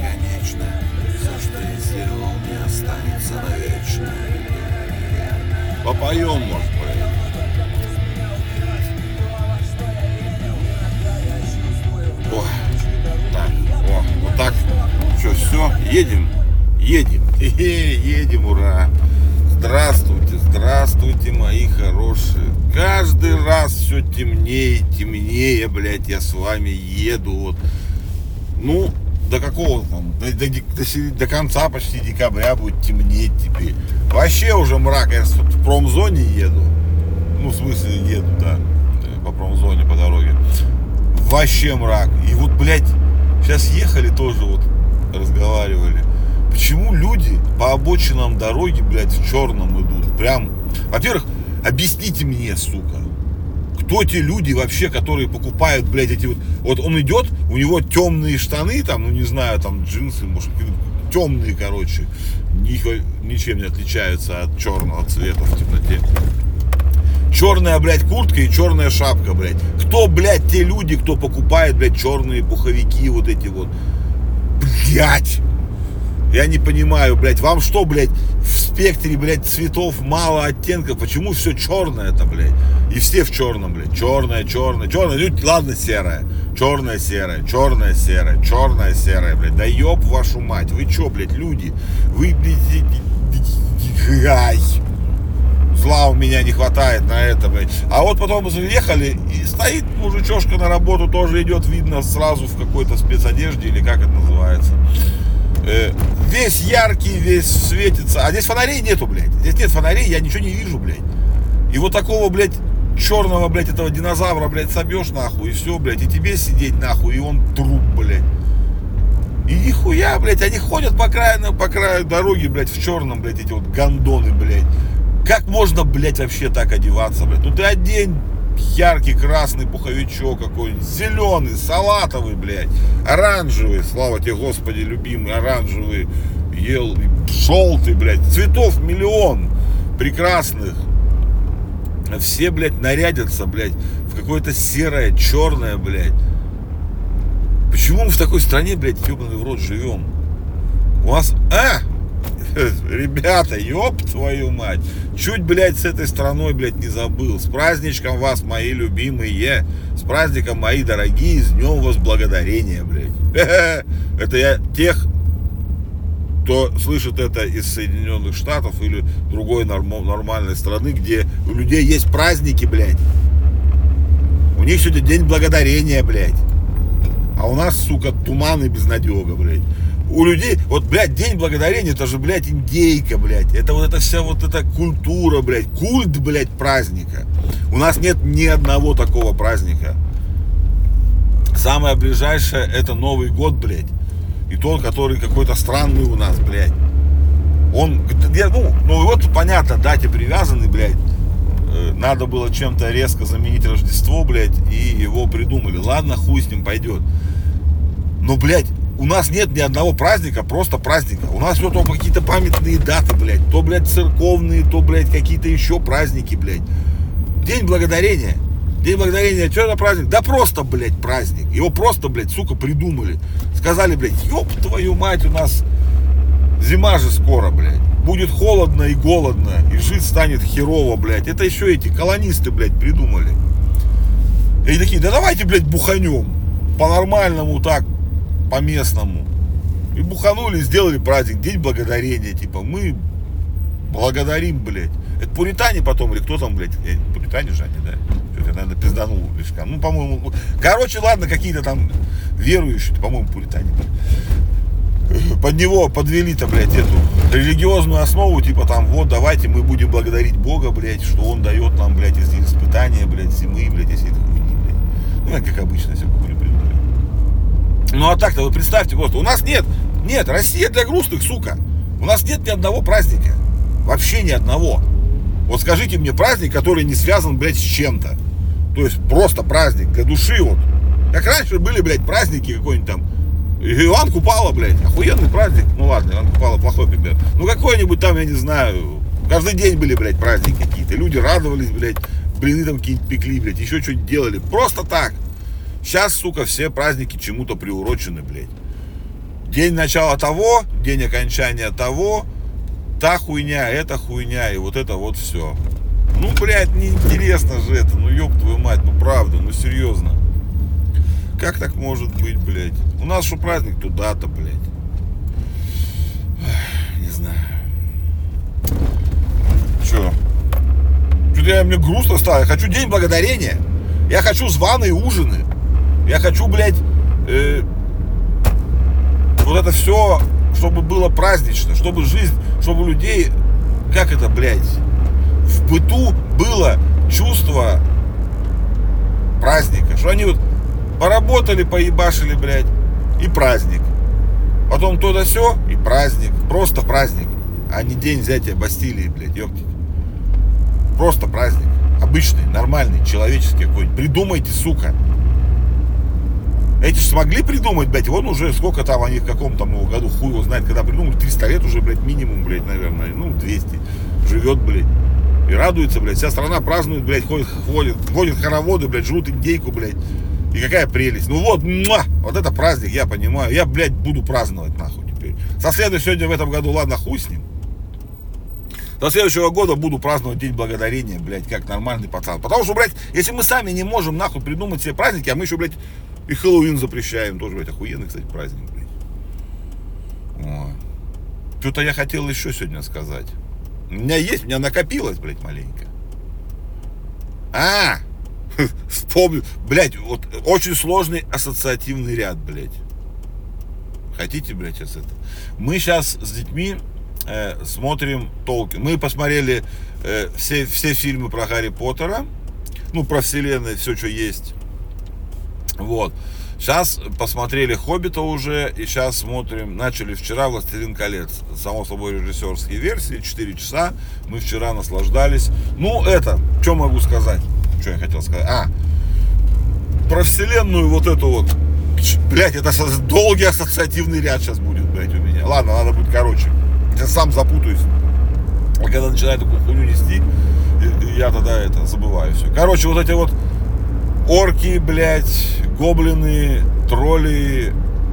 бесконечно. Все, что я сделал, не останется навечно. Попоем, может, поем. Ой, так, вот так. Что, все, едем? Едем, ура. Здравствуйте, мои хорошие. Каждый раз все темнее, блядь, я с вами еду. Вот. Ну, до какого там? До конца почти декабря будет темнеть теперь. Вообще уже мрак. Я в промзоне еду. Ну, в смысле, еду, да. По промзоне, по дороге. Вообще мрак. И вот, блядь, сейчас ехали тоже, вот, разговаривали. Почему люди по обочинам дороги, блядь, в черном идут? Прям, во-первых, объясните мне, сука, кто те люди вообще, которые покупают, блядь, эти вот он идет, у него темные штаны, там, ну не знаю, там джинсы, может, темные, короче, ничем не отличаются от черного цвета в темноте. Черная, блядь, куртка и черная шапка, блядь. Кто, блядь, те люди, кто покупает, блядь, черные пуховики, вот эти вот, блядь. Я не понимаю, блядь, вам что, блядь, в спектре, блядь, цветов мало оттенков? Почему все черное-то, блядь? И все в черном, блядь. Черное, ладно, серое. Черное, блядь. Да ёб вашу мать. Вы чё, блядь, люди? Вы, блядь, ай. Зла у меня не хватает на это, блядь. А вот потом заехали, и стоит мужичошка на работу, тоже идет, видно, сразу в какой-то спецодежде, или как это называется. Весь яркий, весь светится. А здесь фонарей нету, блядь. Здесь нет фонарей, я ничего не вижу, блядь. И вот такого, блядь, черного, блядь, этого динозавра, блядь, собьешь, нахуй, и все, блядь. И тебе сидеть, нахуй, и он труп, блядь. И нихуя, блядь, они ходят по краю дороги, блядь, в черном, блядь, эти вот гондоны, блядь. Как можно, блядь, вообще так одеваться, блядь? Ну ты одень яркий красный пуховичок какой-нибудь, зеленый, салатовый, блядь, оранжевый, слава тебе, Господи, любимый, оранжевый, желтый, блядь, цветов миллион прекрасных. Все, блядь, нарядятся, блядь, в какое-то серое, черное, блядь. Почему мы в такой стране, блядь, ебаный в рот живем? У нас, ребята, ёб твою мать. Чуть, блядь, с этой страной, блядь, не забыл. С праздничком вас, мои любимые. С праздником, мои дорогие. С днем вас благодарения, блядь. Это я тех, кто слышит это из Соединенных Штатов или другой нормальной страны, где у людей есть праздники, блядь. У них сегодня день благодарения, блядь. А у нас, сука, туман и безнадега, блядь. У людей, вот, блядь, день благодарения, это же, блядь, индейка, блядь. Это вот эта вся вот эта культура, блядь. Культ, блядь, праздника. У нас нет ни одного такого праздника. Самое ближайшее это Новый год, блядь. И тот, который какой-то странный у нас, блядь. Он, Новый год, понятно, дате привязанный, блядь. Надо было чем-то резко заменить Рождество, блядь, и его придумали. Ладно, хуй с ним, пойдет. Но, блядь, у нас нет ни одного праздника, просто праздника. У нас все то какие-то памятные даты, блядь. То, блядь, церковные, то, блядь, какие-то еще праздники, блядь. День благодарения. День благодарения, что это праздник? Да просто, блядь, праздник. Его просто, блядь, сука, придумали. Сказали, блядь, ёб твою мать, у нас зима же скоро, блядь. Будет холодно и голодно, и жить станет херово, блядь. Это еще эти колонисты, блядь, придумали. И они такие, да давайте, блядь, буханем. По-нормальному так, по-местному. И буханули, сделали праздник, День благодарения. Типа, мы благодарим, блядь. Это пуритане потом, или кто там, блядь? Пуритане же они, да? Что-то, наверное, пизданул слишком. Ну, по-моему, короче, ладно, какие-то там верующие, по-моему, пуритане. Под него подвели-то, блядь, эту религиозную основу, типа там, вот, давайте мы будем благодарить Бога, блядь, что Он дает нам, блядь, из испытания, блядь, зимы, блядь, если это хуйни, бляддь. Ну, как обычно, все придумали. Ну, а так-то, вы представьте, просто, у нас нет, Россия для грустных, сука. У нас нет ни одного праздника. Вообще ни одного. Вот скажите мне праздник, который не связан, блядь, с чем-то. То есть просто праздник для души, вот. Как раньше были, блядь, праздники какой-нибудь там. Иван Купала, блядь, охуенный праздник. Ну ладно, Иван Купала плохой пример. Ну какой-нибудь там, я не знаю, каждый день были, блядь, праздники какие-то. Люди радовались, блядь, блины там какие-нибудь пекли, блядь, еще что-нибудь делали. Просто так. Сейчас, сука, все праздники чему-то приурочены, блядь. День начала того, день окончания того, та хуйня, эта хуйня, и вот это вот все. Ну, блядь, неинтересно же это, ну ёб твою мать, ну правда, ну серьезно. Как так может быть, блядь? У нас что праздник туда-то, блядь. Не знаю. Че? Что-то мне грустно стало. Я хочу День Благодарения. Я хочу званые ужины. Я хочу, блядь, вот это все, чтобы было празднично, чтобы жизнь, чтобы у людей, как это, блядь, в быту было чувство праздника. Что они вот поработали, поебашили, блядь, и праздник. Потом то да сё, и праздник. Просто праздник, а не день взятия Бастилии, блядь, ёптить. Просто праздник. Обычный, нормальный, человеческий какой-нибудь. Придумайте, сука. Эти же смогли придумать, блядь, вон уже сколько там они в каком там году, хуй его знает, когда придумали, 300 лет уже, блядь, минимум, блядь, наверное, ну, 200. Живет, блядь. И радуется, блядь. Вся страна празднует, блядь, ходят хороводы, блядь, жрут индейку, блядь. И какая прелесть. Ну вот, вот это праздник, я понимаю. Я, блядь, буду праздновать, нахуй, теперь. Со следующего сегодня в этом году, ладно, хуй с ним. До следующего года буду праздновать День Благодарения, блядь, как нормальный пацан. Потому что, блядь, если мы сами не можем, нахуй, придумать себе праздники, а мы еще, блядь, и Хэллоуин запрещаем. Тоже, блядь, охуенный, кстати, праздник, блядь. Что-то я хотел еще сегодня сказать. У меня накопилось, блядь, маленько. Вспомнил. Блядь, вот очень сложный ассоциативный ряд, блядь. Хотите, блядь, сейчас это? Мы сейчас с детьми смотрим Толкин. Мы посмотрели все фильмы про Гарри Поттера. Ну, про вселенную, все, что есть. Вот. Сейчас посмотрели Хоббита уже. И сейчас смотрим. Начали вчера Властелин колец. Само собой, режиссерские версии. 4 часа. Мы вчера наслаждались. Ну, что могу сказать? Что я хотел сказать? Про вселенную вот эту вот. Блять, это долгий ассоциативный ряд сейчас будет, блять, у меня. Ладно, надо будет короче. Я сам запутаюсь. А когда начинаю такую хуйню нести, я тогда забываю все. Короче, вот эти вот орки, блять, гоблины, тролли,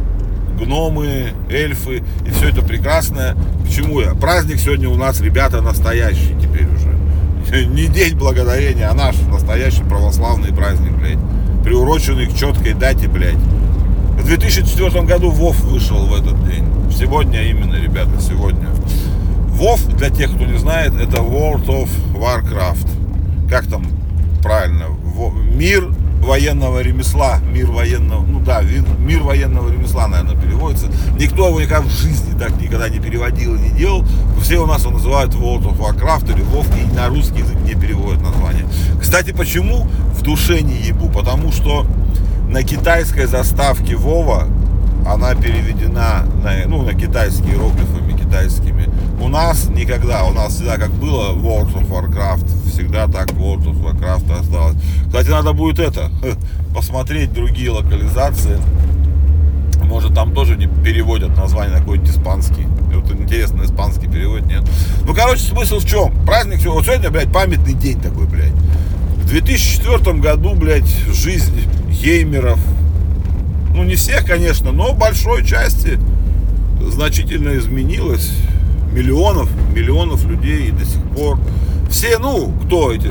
гномы, эльфы. И все это прекрасное. К чему я? Праздник сегодня у нас, ребята, настоящий теперь уже. Не День Благодарения, а наш настоящий православный праздник, блядь. Приуроченный к четкой дате, блядь. В 2004 году Вов вышел в этот день. Сегодня именно, ребята, сегодня. Вов, для тех, кто не знает, это World of Warcraft. Как там правильно? Мир военного ремесла. Мир военного, мир военного ремесла, наверное, переводится. Никто его никак в жизни так никогда не переводил и не делал. Все у нас его называют World of Warcraft или Вов, и на русский язык не переводят название. Кстати, почему в душе не ебу? Потому что на китайской заставке Вова она переведена на китайские иероглифами китайскими. У нас никогда, у нас всегда как было World of Warcraft, всегда так World of Warcraft осталось. Кстати, надо будет посмотреть другие локализации. Может, там тоже не переводят название на какой-нибудь испанский. Вот интересно, испанский перевод, нет. Ну, короче, смысл в чем? Праздник, вот сегодня, блядь, памятный день такой, блядь. В 2004 году, блядь, жизнь геймеров, ну, не всех, конечно, но большой части значительно изменилась. Миллионов людей, и до сих пор все, кто эти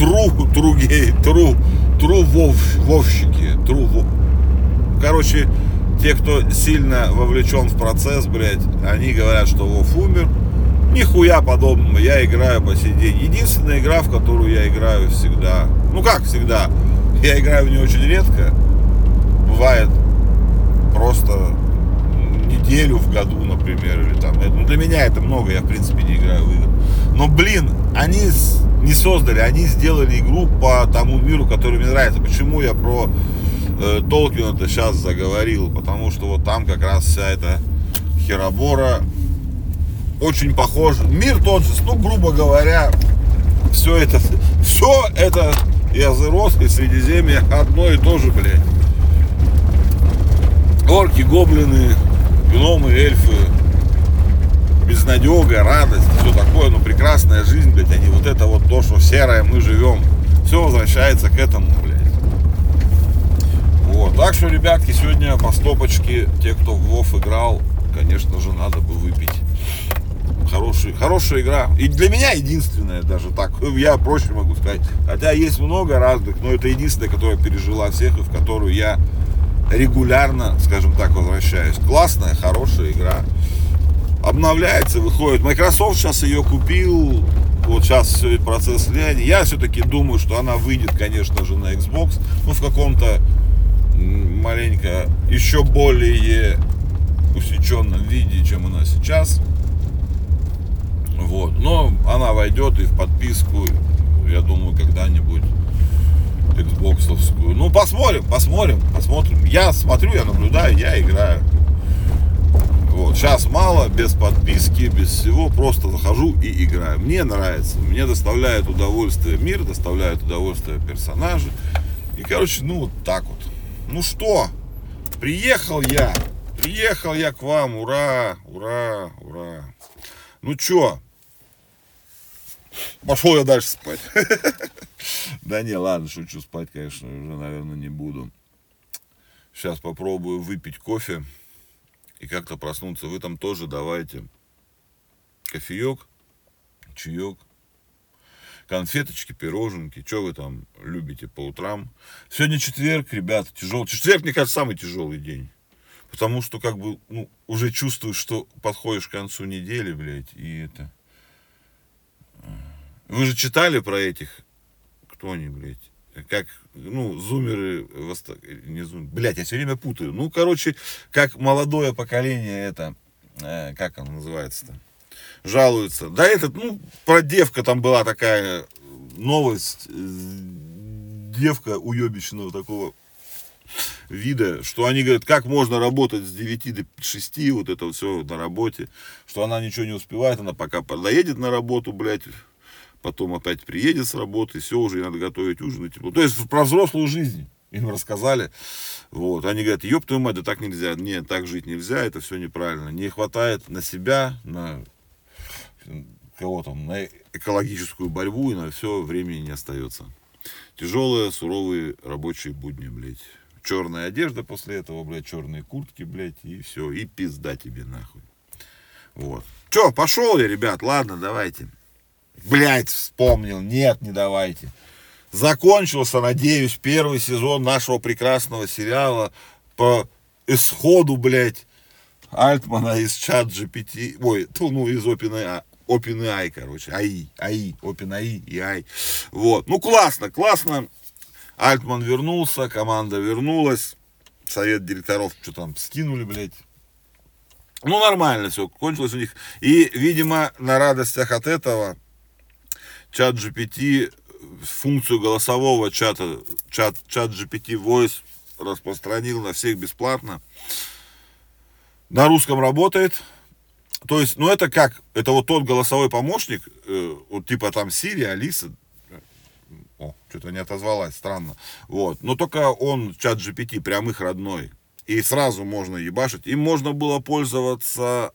вовщики, короче, те, кто сильно вовлечен в процесс, блядь, они говорят, что Вов умер. Нихуя подобного, я играю по сей день. Единственная игра, в которую я играю всегда, как всегда, я играю в нее очень редко. Бывает просто неделю в году, например, или там. Для меня это много, я в принципе не играю в игры. Но, блин, они не создали, они сделали игру по тому миру, который мне нравится. Почему я про Толкина-то сейчас заговорил? Потому что вот там как раз вся эта херобора очень похож. Мир тот же, грубо говоря, все это и Азерос, и Средиземье одно и то же, блядь. Орки, гоблины, гномы, эльфы, безнадега, радость, все такое, прекрасная жизнь, блядь, а не вот это вот то, что серое мы живем. Все возвращается к этому, блядь. Вот. Так что, ребятки, сегодня по стопочке, те, кто в WoW играл, конечно же, надо бы выпить. Хорошая игра. И для меня единственная даже так. Я проще могу сказать. Хотя есть много разных, но это единственная, которая пережила всех и в которую я регулярно, скажем так, возвращаюсь. Классная, хорошая игра. Обновляется, выходит. Microsoft сейчас ее купил. Вот сейчас все процесс слияния. Я все-таки думаю, что она выйдет, конечно же, на Xbox. Ну, в каком-то маленько еще более усеченном виде, чем она сейчас. Вот. Но она войдет и в подписку, я думаю, когда-нибудь Xbox-овскую. Ну, посмотрим. Я смотрю, я наблюдаю, я играю. Вот. Сейчас мало, без подписки, без всего, просто захожу и играю. Мне нравится, мне доставляет удовольствие мир, доставляет удовольствие персонажи. И, короче, ну, вот так вот. Ну что, приехал я к вам, ура. Ну чё, пошел я дальше спать. Да не, ладно, шучу, спать, конечно, уже, наверное, не буду. Сейчас попробую выпить кофе и как-то проснуться. Вы там тоже давайте кофеек, чаек, конфеточки, пироженки. Что вы там любите по утрам? Сегодня четверг, ребята, тяжелый. Четверг, мне кажется, самый тяжелый день. Потому что, как бы, ну, уже чувствуешь, что подходишь к концу недели, блядь, и это... Вы же читали про этих, кто они, блядь, как, ну, зумеры, не зумеры, блядь, я все время путаю. Ну, короче, как молодое поколение это, как оно называется-то, жалуется. Да этот, ну, про девка там была такая новость, девка уебищного такого вида, что они говорят, как можно работать с 9 до 6, вот это вот все на работе, что она ничего не успевает, она пока доедет на работу, блядь, потом опять приедет с работы, все, уже ей надо готовить ужин и тепло. То есть про взрослую жизнь им рассказали. Вот. Они говорят, ёб твою мать, да так нельзя. Нет, так жить нельзя, это все неправильно. Не хватает на себя, на кого там, на экологическую борьбу, и на все времени не остается. Тяжелые, суровые рабочие будни, блядь. Черная одежда после этого, блядь, черные куртки, блядь, и все, и пизда тебе нахуй. Вот. Че, пошел я, ребят, ладно, давайте. Блять, вспомнил. Нет, не давайте. Закончился, надеюсь, первый сезон нашего прекрасного сериала по исходу, блять, Альтмана из ChatGPT. Ой, ну, из OpenAI, короче. OpenAI и AI. Вот. Ну, классно. Альтман вернулся, команда вернулась. Совет директоров что там скинули, блять. Ну, нормально все, кончилось у них. И, видимо, на радостях от этого ChatGPT функцию голосового чата, ChatGPT Voice распространил на всех бесплатно. На русском работает. То есть, ну это как? Это вот тот голосовой помощник, вот типа там Siri, Алиса. О, что-то не отозвалась, странно. Вот. Но только он, ChatGPT, прям их родной. И сразу можно ебашить. Им можно было пользоваться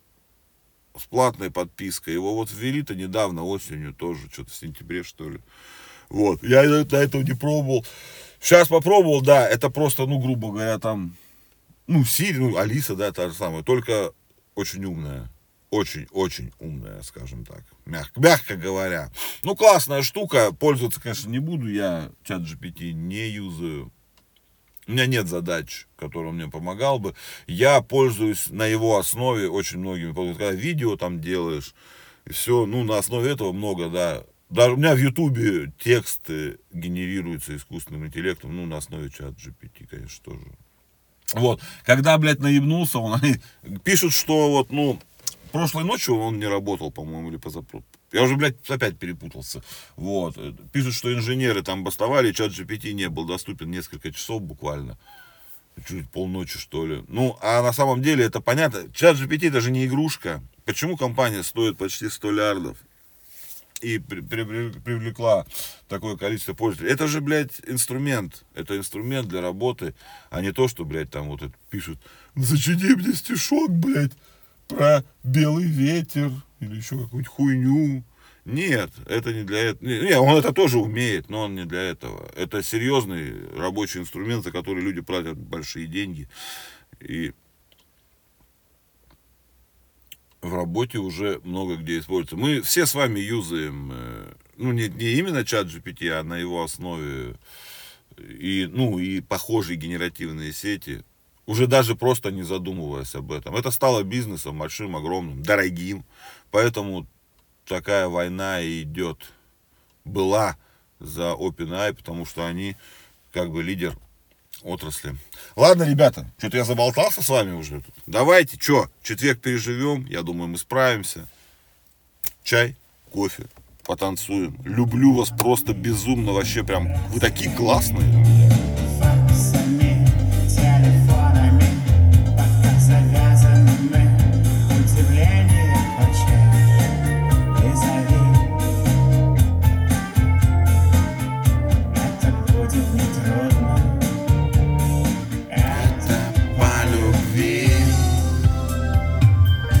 с платной подпиской. Его вот ввели-то недавно, осенью тоже, что-то в сентябре, что ли. Вот, я до этого не пробовал. Сейчас попробовал, да, это просто, ну, грубо говоря, там, ну, Siri, ну, Алиса, да, та же самая, только очень умная. Очень-очень умная, скажем так, мягко говоря. Ну, классная штука, пользоваться, конечно, не буду, я ChatGPT не юзаю. У меня нет задач, которые он мне помогал бы. Я пользуюсь на его основе очень многими. Когда видео там делаешь, и все, ну, на основе этого много, да. Даже у меня в Ютубе тексты генерируются искусственным интеллектом, ну, на основе ChatGPT, конечно, тоже. Вот, когда, блядь, наебнулся, они пишут, что вот, ну, прошлой ночью он не работал, по-моему, или позапрошлой. Я уже, блядь, опять перепутался. Вот. Пишут, что инженеры там бастовали, чат GPT не был доступен несколько часов буквально. Чуть полночи, что ли. Ну, а на самом деле это понятно. Чат GPT это же не игрушка. Почему компания стоит почти 100 лярдов и привлекла такое количество пользователей? Это же, блядь, инструмент. Это инструмент для работы, а не то, что, блядь, там вот это пишут. Зачини мне стишок, блядь, про белый ветер или еще какую-нибудь хуйню. Нет, это не для этого. Не, он это тоже умеет, но он не для этого. Это серьезный рабочий инструмент, за который люди платят большие деньги. И в работе уже много где используется. Мы все с вами юзаем, ну, не именно чат GPT, а на его основе и, ну, и похожие генеративные сети, уже даже просто не задумываясь об этом. Это стало бизнесом большим, огромным, дорогим, поэтому такая война и идет, была за OpenAI, потому что они как бы лидер отрасли. Ладно, ребята, что-то я заболтался с вами уже. Давайте, что, четверг переживем, я думаю, мы справимся. Чай, кофе, потанцуем. Люблю вас просто безумно, вообще прям, вы такие классные.